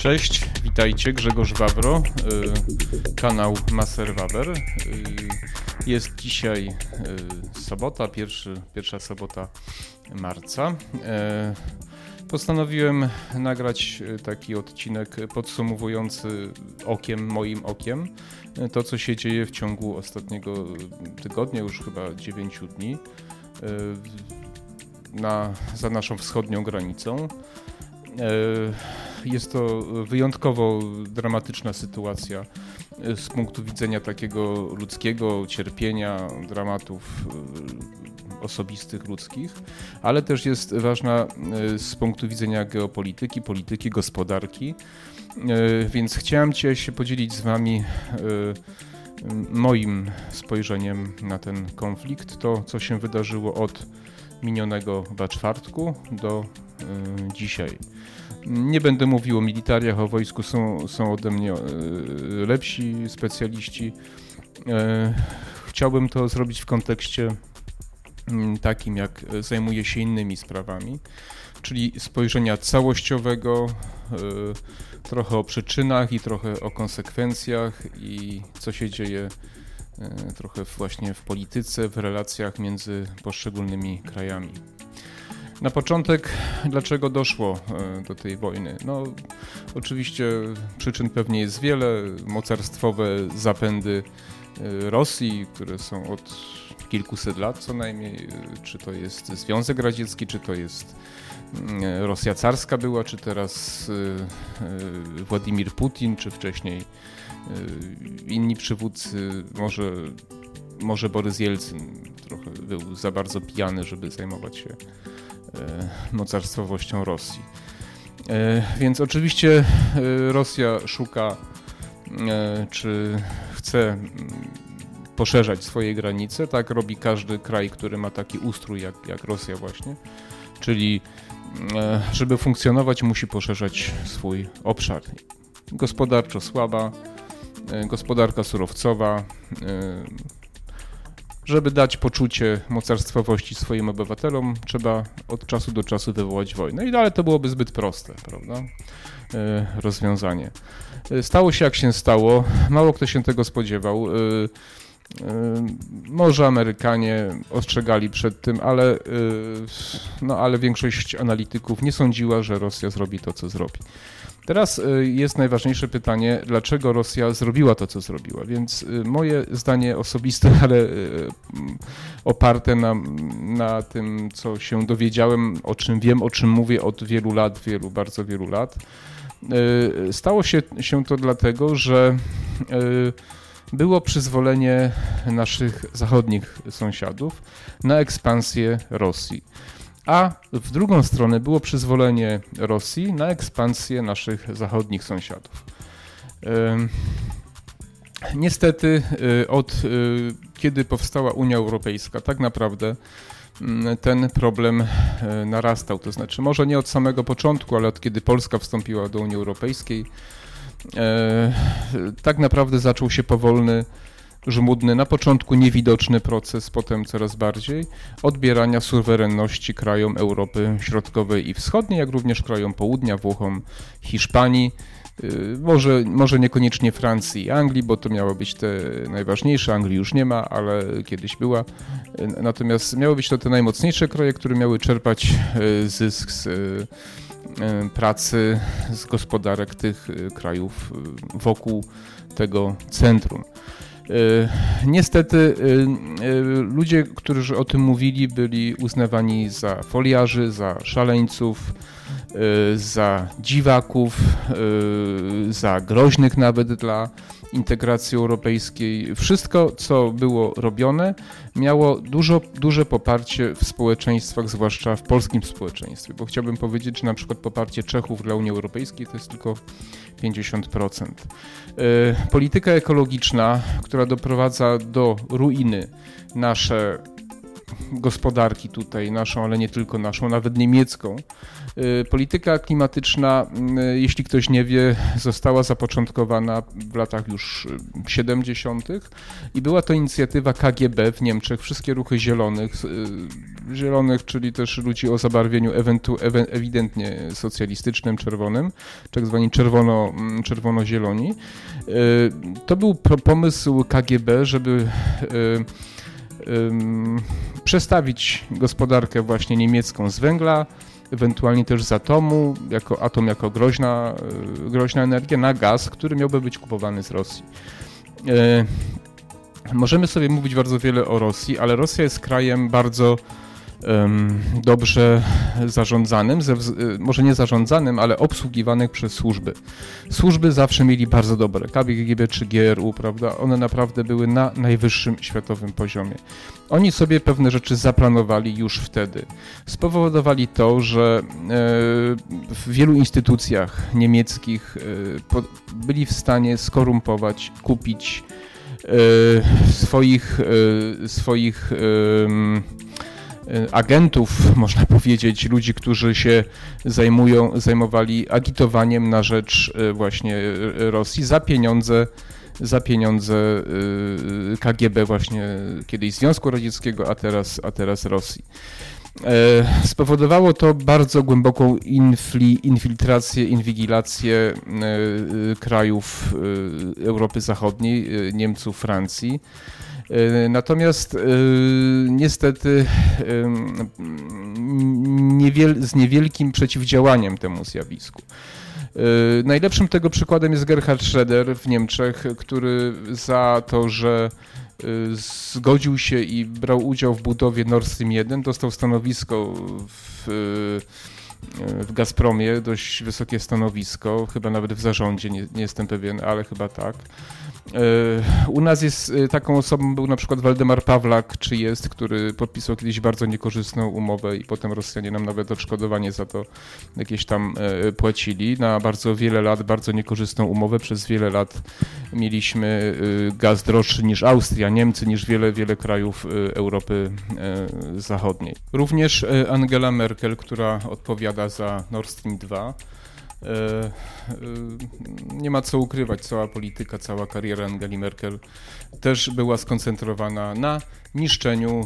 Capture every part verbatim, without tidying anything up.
Cześć, witajcie, Grzegorz Wawro, kanał Maser Waber. Jest dzisiaj sobota, pierwszy, pierwsza sobota marca. Postanowiłem nagrać taki odcinek podsumowujący okiem, moim okiem, to co się dzieje w ciągu ostatniego tygodnia, już chyba dziewięciu dni, na, za naszą wschodnią granicą. Jest to wyjątkowo dramatyczna sytuacja z punktu widzenia takiego ludzkiego cierpienia, dramatów osobistych, ludzkich, ale też jest ważna z punktu widzenia geopolityki, polityki, gospodarki, więc chciałem dzisiaj się podzielić z wami moim spojrzeniem na ten konflikt, to co się wydarzyło od minionego chyba czwartku do dzisiaj. Nie będę mówił o militariach, o wojsku, są, są ode mnie lepsi specjaliści. Chciałbym to zrobić w kontekście takim, jak zajmuję się innymi sprawami, czyli spojrzenia całościowego, trochę o przyczynach i trochę o konsekwencjach i co się dzieje trochę właśnie w polityce, w relacjach między poszczególnymi krajami. Na początek, dlaczego doszło do tej wojny? No, oczywiście przyczyn pewnie jest wiele. Mocarstwowe zapędy Rosji, które są od kilkuset lat co najmniej. Czy to jest Związek Radziecki, czy to jest Rosja carska była, czy teraz Władimir Putin, czy wcześniej inni przywódcy, może, może Borys Jelcyn trochę był za bardzo pijany, żeby zajmować się mocarstwowością Rosji. Więc oczywiście Rosja szuka, czy chce poszerzać swoje granice. Tak robi każdy kraj, który ma taki ustrój jak, jak Rosja właśnie. Czyli żeby funkcjonować, musi poszerzać swój obszar. Gospodarczo słaba, gospodarka surowcowa. Żeby dać poczucie mocarstwowości swoim obywatelom, trzeba od czasu do czasu wywołać wojnę. I ale to byłoby zbyt proste, prawda? Rozwiązanie. Stało się jak się stało. Mało kto się tego spodziewał. Może Amerykanie ostrzegali przed tym, ale, no, ale większość analityków nie sądziła, że Rosja zrobi to, co zrobi. Teraz jest najważniejsze pytanie, dlaczego Rosja zrobiła to, co zrobiła. Więc moje zdanie osobiste, ale oparte na, na tym, co się dowiedziałem, o czym wiem, o czym mówię od wielu lat, wielu, bardzo wielu lat. Stało się, się to dlatego, że było przyzwolenie naszych zachodnich sąsiadów na ekspansję Rosji. A w drugą stronę było przyzwolenie Rosji na ekspansję naszych zachodnich sąsiadów. Niestety od kiedy powstała Unia Europejska, tak naprawdę ten problem narastał. To znaczy może nie od samego początku, ale od kiedy Polska wstąpiła do Unii Europejskiej, tak naprawdę zaczął się powolny, żmudny, na początku niewidoczny proces, potem coraz bardziej odbierania suwerenności krajom Europy Środkowej i Wschodniej, jak również krajom Południa, Włochom, Hiszpanii, może, może niekoniecznie Francji i Anglii, bo to miało być te najważniejsze, Anglii już nie ma, ale kiedyś była, natomiast miały być to te najmocniejsze kraje, które miały czerpać zysk z pracy, z gospodarek tych krajów wokół tego centrum. Niestety ludzie, którzy o tym mówili, byli uznawani za foliarzy, za szaleńców, za dziwaków, za groźnych nawet dla integracji europejskiej. Wszystko, co było robione, miało dużo, duże poparcie w społeczeństwach, zwłaszcza w polskim społeczeństwie, bo chciałbym powiedzieć, że na przykład poparcie Czechów dla Unii Europejskiej to jest tylko pięćdziesiąt procent. Polityka ekologiczna, która doprowadza do ruiny nasze gospodarki tutaj, naszą, ale nie tylko naszą, nawet niemiecką. Polityka klimatyczna, jeśli ktoś nie wie, została zapoczątkowana w latach już siedemdziesiątych i była to inicjatywa K G B w Niemczech. Wszystkie ruchy zielonych, zielonych, czyli też ludzi o zabarwieniu ewentu, ewidentnie socjalistycznym, czerwonym, tak zwani czerwono, czerwono-zieloni. To był pomysł K G B, żeby przestawić gospodarkę właśnie niemiecką z węgla, ewentualnie też z atomu, jako atom jako groźna, groźna energia, na gaz, który miałby być kupowany z Rosji. Możemy sobie mówić bardzo wiele o Rosji, ale Rosja jest krajem bardzo dobrze zarządzanym, może nie zarządzanym, ale obsługiwanym przez służby. Służby zawsze mieli bardzo dobre, K G B czy G R U, prawda? One naprawdę były na najwyższym światowym poziomie. Oni sobie pewne rzeczy zaplanowali już wtedy. Spowodowali to, że w wielu instytucjach niemieckich byli w stanie skorumpować, kupić swoich, swoich agentów, można powiedzieć, ludzi, którzy się zajmują, zajmowali agitowaniem na rzecz właśnie Rosji za pieniądze, za pieniądze K G B właśnie kiedyś Związku Radzieckiego, a teraz, a teraz Rosji. Spowodowało to bardzo głęboką infli, infiltrację, inwigilację krajów Europy Zachodniej, Niemców, Francji. Natomiast niestety niewiel, z niewielkim przeciwdziałaniem temu zjawisku. Najlepszym tego przykładem jest Gerhard Schröder w Niemczech, który za to, że zgodził się i brał udział w budowie Nord Stream jeden, dostał stanowisko w, w Gazpromie, dość wysokie stanowisko, chyba nawet w zarządzie, nie, nie jestem pewien, ale chyba tak. U nas jest taką osobą, był na przykład Waldemar Pawlak, czy jest, który podpisał kiedyś bardzo niekorzystną umowę i potem Rosjanie nam nawet odszkodowanie za to jakieś tam płacili. Na bardzo wiele lat, bardzo niekorzystną umowę. Przez wiele lat mieliśmy gaz droższy niż Austria, Niemcy, niż wiele, wiele krajów Europy Zachodniej. Również Angela Merkel, która odpowiada za Nord Stream dwa. Nie ma co ukrywać, cała polityka, cała kariera Angeli Merkel też była skoncentrowana na niszczeniu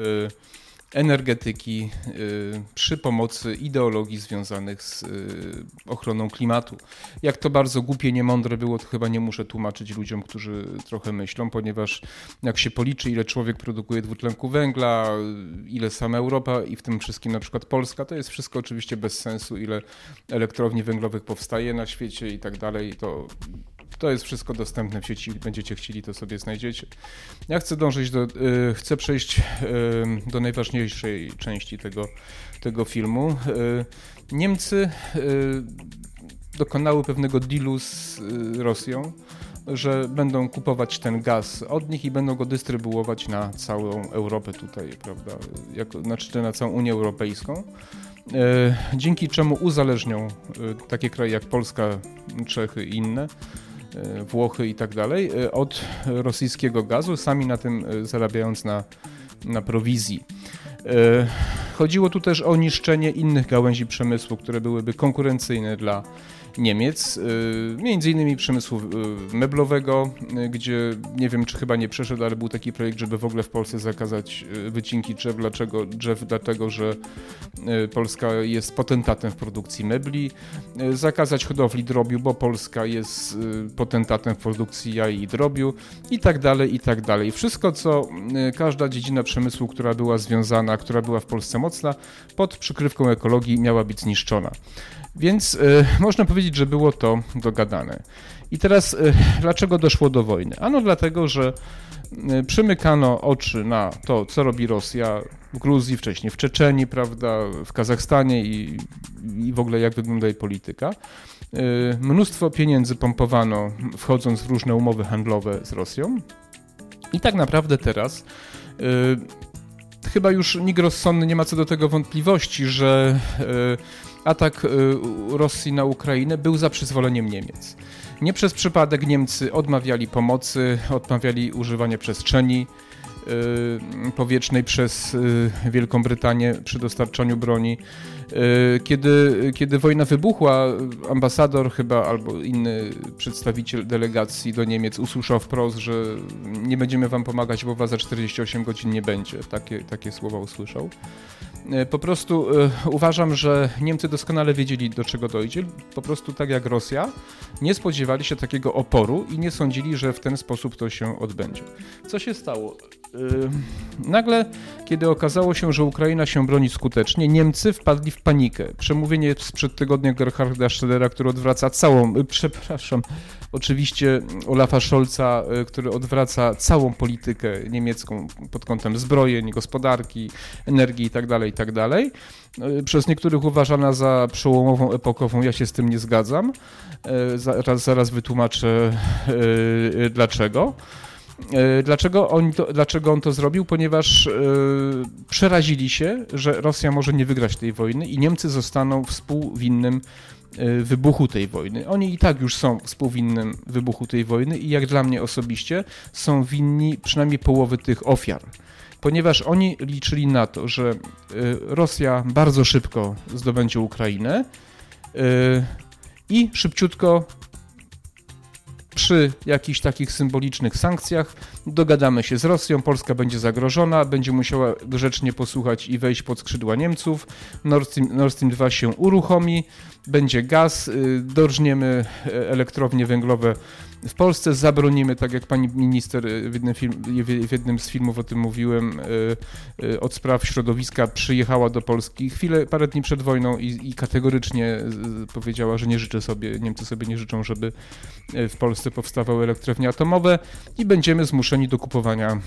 energetyki przy pomocy ideologii związanych z ochroną klimatu. Jak to bardzo głupie, niemądre było, to chyba nie muszę tłumaczyć ludziom, którzy trochę myślą, ponieważ jak się policzy, ile człowiek produkuje dwutlenku węgla, ile sama Europa i w tym wszystkim na przykład Polska, to jest wszystko oczywiście bez sensu, ile elektrowni węglowych powstaje na świecie i tak dalej, to To jest wszystko dostępne w sieci, będziecie chcieli, to sobie znajdziecie. Ja chcę dążyć do, y, chcę przejść y, do najważniejszej części tego, tego filmu. Y, Niemcy y, dokonały pewnego dealu z y, Rosją, że będą kupować ten gaz od nich i będą go dystrybuować na całą Europę tutaj, prawda, jako, znaczy na całą Unię Europejską. Dzięki czemu uzależnią takie kraje jak Polska, Czechy i inne, Włochy i tak dalej, od rosyjskiego gazu, sami na tym zarabiając na, na prowizji. Chodziło tu też o niszczenie innych gałęzi przemysłu, które byłyby konkurencyjne dla Niemiec, między innymi przemysłu meblowego, gdzie nie wiem, czy chyba nie przeszedł, ale był taki projekt, żeby w ogóle w Polsce zakazać wycinki drzew. Dlaczego? Drzew dlatego, że Polska jest potentatem w produkcji mebli. Zakazać hodowli drobiu, bo Polska jest potentatem w produkcji jaj i drobiu i tak dalej, i tak dalej. Wszystko, co każda dziedzina przemysłu, która była związana, która była w Polsce mocna, pod przykrywką ekologii miała być zniszczona. Więc y, można powiedzieć, że było to dogadane. I teraz y, dlaczego doszło do wojny? Ano dlatego, że y, przymykano oczy na to, co robi Rosja w Gruzji, wcześniej w Czeczenii, prawda, w Kazachstanie i, i w ogóle jak wygląda jej polityka. Y, mnóstwo pieniędzy pompowano, wchodząc w różne umowy handlowe z Rosją. I tak naprawdę teraz y, chyba już nikt rozsądny nie ma co do tego wątpliwości, że y, atak Rosji na Ukrainę był za przyzwoleniem Niemiec. Nie przez przypadek Niemcy odmawiali pomocy, odmawiali używania przestrzeni powietrznej przez Wielką Brytanię przy dostarczaniu broni. Kiedy, kiedy wojna wybuchła, ambasador chyba albo inny przedstawiciel delegacji do Niemiec usłyszał wprost, że nie będziemy wam pomagać, bo was za czterdzieści osiem godzin nie będzie. Takie, takie słowa usłyszał. Po prostu uważam, że Niemcy doskonale wiedzieli, do czego dojdzie. Po prostu tak jak Rosja, nie spodziewali się takiego oporu i nie sądzili, że w ten sposób to się odbędzie. Co się stało? Nagle, kiedy okazało się, że Ukraina się broni skutecznie, Niemcy wpadli w panikę. Przemówienie sprzed tygodnia Gerharda Schrödera, który odwraca całą, przepraszam, oczywiście Olafa Scholza, który odwraca całą politykę niemiecką pod kątem zbrojeń, gospodarki, energii itd., itd., przez niektórych uważana za przełomową, epokową, ja się z tym nie zgadzam. Zaraz, zaraz wytłumaczę dlaczego. Dlaczego on, to, dlaczego on to zrobił? Ponieważ yy, przerazili się, że Rosja może nie wygrać tej wojny i Niemcy zostaną współwinnym yy, wybuchu tej wojny. Oni i tak już są współwinnym wybuchu tej wojny i jak dla mnie osobiście są winni przynajmniej połowy tych ofiar. Ponieważ oni liczyli na to, że yy, Rosja bardzo szybko zdobędzie Ukrainę yy, i szybciutko przy jakichś takich symbolicznych sankcjach dogadamy się z Rosją, Polska będzie zagrożona, będzie musiała grzecznie posłuchać i wejść pod skrzydła Niemców, Nord Stream, Nord Stream dwa się uruchomi, będzie gaz, dorżniemy elektrownie węglowe w Polsce, zabronimy, tak jak pani minister w jednym, film, w jednym z filmów o tym mówiłem, od spraw środowiska przyjechała do Polski chwilę, parę dni przed wojną i, i kategorycznie powiedziała, że nie życzy sobie, Niemcy sobie nie życzą, żeby w Polsce powstawały elektrownie atomowe i będziemy zmuszeni do kupowania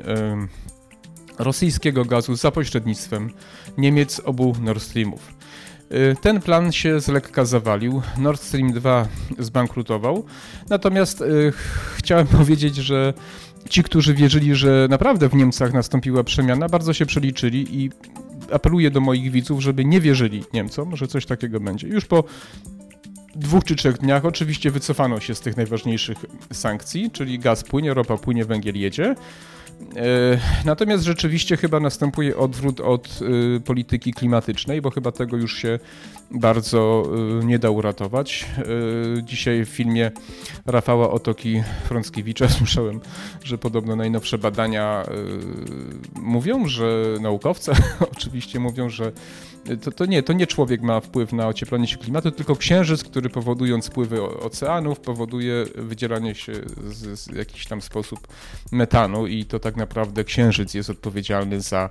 rosyjskiego gazu za pośrednictwem Niemiec obu Nord Streamów. Ten plan się z lekka zawalił, Nord Stream dwa zbankrutował, natomiast y, chciałem powiedzieć, że ci, którzy wierzyli, że naprawdę w Niemcach nastąpiła przemiana, bardzo się przeliczyli i apeluję do moich widzów, żeby nie wierzyli Niemcom, że coś takiego będzie. Już po dwóch czy trzech dniach oczywiście wycofano się z tych najważniejszych sankcji, czyli gaz płynie, ropa płynie, węgiel jedzie. Natomiast rzeczywiście chyba następuje odwrót od y, polityki klimatycznej, bo chyba tego już się bardzo y, nie da uratować. Y, dzisiaj w filmie Rafała Otoki-Frąckiewicza słyszałem, że podobno najnowsze badania y, mówią, że naukowcy oczywiście mówią, że to, to, nie, to nie człowiek ma wpływ na ocieplanie się klimatu, tylko księżyc, który powodując spływy oceanów powoduje wydzielanie się z, z jakiś tam sposób metanu i to tak naprawdę księżyc jest odpowiedzialny za,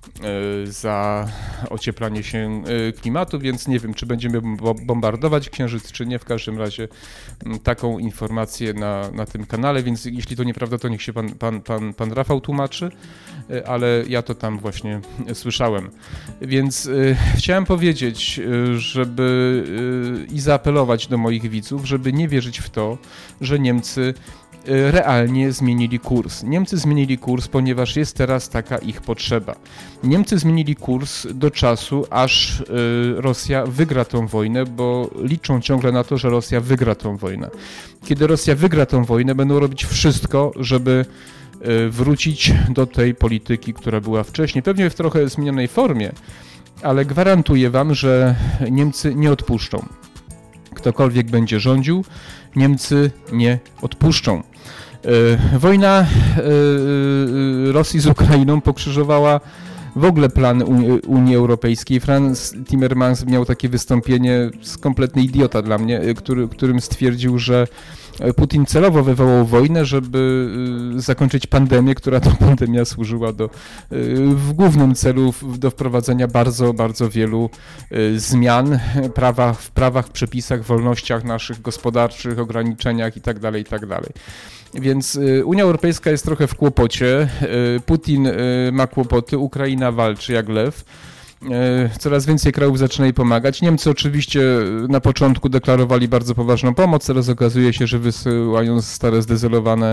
za ocieplanie się klimatu, więc nie wiem, czy będziemy bombardować księżyc, czy nie. W każdym razie taką informację na, na tym kanale, więc jeśli to nieprawda, to niech się pan, pan, pan, pan Rafał tłumaczy, ale ja to tam właśnie słyszałem. Więc y, chciałem powiedzieć, żeby y, i zaapelować do moich widzów, żeby nie wierzyć w to, że Niemcy realnie zmienili kurs. Niemcy zmienili kurs, ponieważ jest teraz taka ich potrzeba. Niemcy zmienili kurs do czasu, aż y, Rosja wygra tą wojnę, bo liczą ciągle na to, że Rosja wygra tą wojnę. Kiedy Rosja wygra tą wojnę, będą robić wszystko, żeby y, wrócić do tej polityki, która była wcześniej. Pewnie w trochę zmienionej formie, ale gwarantuję wam, że Niemcy nie odpuszczą. Ktokolwiek będzie rządził, Niemcy nie odpuszczą. Wojna Rosji z Ukrainą pokrzyżowała w ogóle plany Unii Europejskiej. Franz Timmermans miał takie wystąpienie, kompletny idiota dla mnie, który, którym stwierdził, że Putin celowo wywołał wojnę, żeby zakończyć pandemię, która to pandemia służyła do, w głównym celu do wprowadzenia bardzo, bardzo wielu zmian prawa, w prawach, przepisach, wolnościach naszych gospodarczych, ograniczeniach itd., itd. Więc Unia Europejska jest trochę w kłopocie, Putin ma kłopoty, Ukraina walczy jak lew. Coraz więcej krajów zaczyna jej pomagać. Niemcy oczywiście na początku deklarowali bardzo poważną pomoc, teraz okazuje się, że wysyłają stare zdezelowane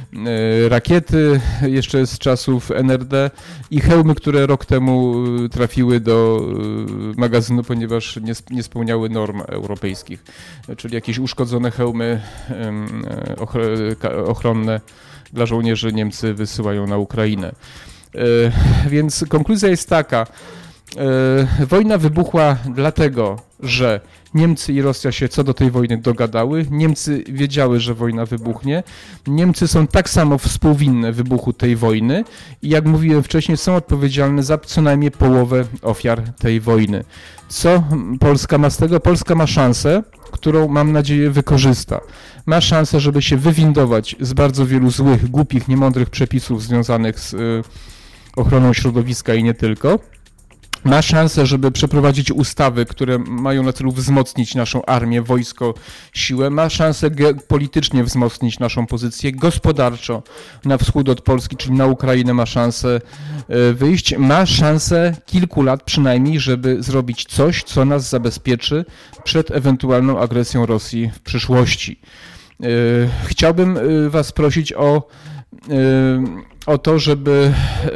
rakiety jeszcze z czasów N R D i hełmy, które rok temu trafiły do magazynu, ponieważ nie, nie spełniały norm europejskich, czyli jakieś uszkodzone hełmy ochronne dla żołnierzy Niemcy wysyłają na Ukrainę. Więc konkluzja jest taka. Wojna wybuchła dlatego, że Niemcy i Rosja się co do tej wojny dogadały. Niemcy wiedziały, że wojna wybuchnie. Niemcy są tak samo współwinne wybuchu tej wojny i jak mówiłem wcześniej, są odpowiedzialne za co najmniej połowę ofiar tej wojny. Co Polska ma z tego? Polska ma szansę, którą mam nadzieję wykorzysta. Ma szansę, żeby się wywindować z bardzo wielu złych, głupich, niemądrych przepisów związanych z y, ochroną środowiska i nie tylko. Ma szansę, żeby przeprowadzić ustawy, które mają na celu wzmocnić naszą armię, wojsko, siłę. Ma szansę politycznie wzmocnić naszą pozycję, gospodarczo na wschód od Polski, czyli na Ukrainę ma szansę wyjść. Ma szansę kilku lat przynajmniej, żeby zrobić coś, co nas zabezpieczy przed ewentualną agresją Rosji w przyszłości. Chciałbym was prosić o, o to, żeby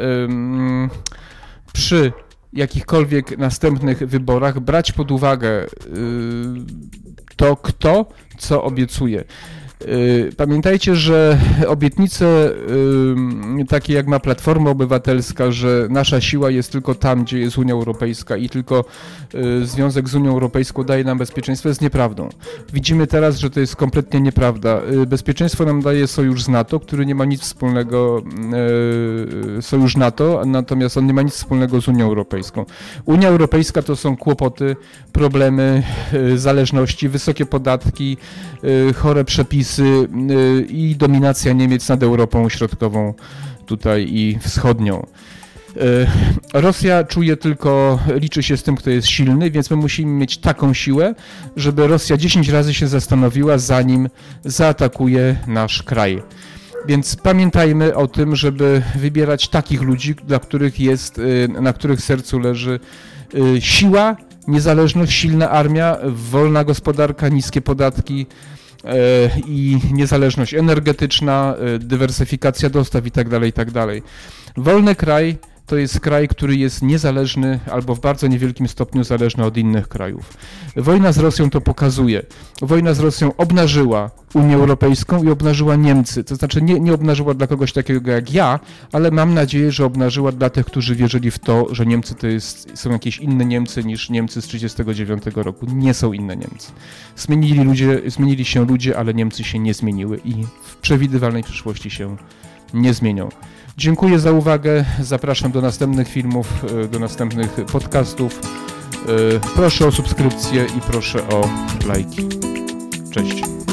przy jakichkolwiek następnych wyborach brać pod uwagę to, kto co obiecuje. Pamiętajcie, że obietnice takie jak ma Platforma Obywatelska, że nasza siła jest tylko tam, gdzie jest Unia Europejska i tylko związek z Unią Europejską daje nam bezpieczeństwo, jest nieprawdą. Widzimy teraz, że to jest kompletnie nieprawda. Bezpieczeństwo nam daje sojusz z NATO, który nie ma nic wspólnego, sojusz NATO, natomiast on nie ma nic wspólnego z Unią Europejską. Unia Europejska to są kłopoty, problemy, zależności, wysokie podatki, chore przepisy, i dominacja Niemiec nad Europą Środkową tutaj i wschodnią. Rosja czuje tylko, liczy się z tym, kto jest silny, więc my musimy mieć taką siłę, żeby Rosja dziesięć razy się zastanowiła, zanim zaatakuje nasz kraj. Więc pamiętajmy o tym, żeby wybierać takich ludzi, dla których jest, na których sercu leży siła, niezależność, silna armia, wolna gospodarka, niskie podatki i niezależność energetyczna, dywersyfikacja dostaw i tak dalej, i tak dalej. Wolny kraj to jest kraj, który jest niezależny albo w bardzo niewielkim stopniu zależny od innych krajów. Wojna z Rosją to pokazuje. Wojna z Rosją obnażyła Unię Europejską i obnażyła Niemcy. To znaczy nie, nie obnażyła dla kogoś takiego jak ja, ale mam nadzieję, że obnażyła dla tych, którzy wierzyli w to, że Niemcy to jest, są jakieś inne Niemcy niż Niemcy z tysiąc dziewięćset trzydziestego dziewiątego roku. Nie są inne Niemcy. Zmienili, ludzie, zmienili się ludzie, ale Niemcy się nie zmieniły i w przewidywalnej przyszłości się nie zmienią. Dziękuję za uwagę, zapraszam do następnych filmów, do następnych podcastów. Proszę o subskrypcję i proszę o lajki. Cześć.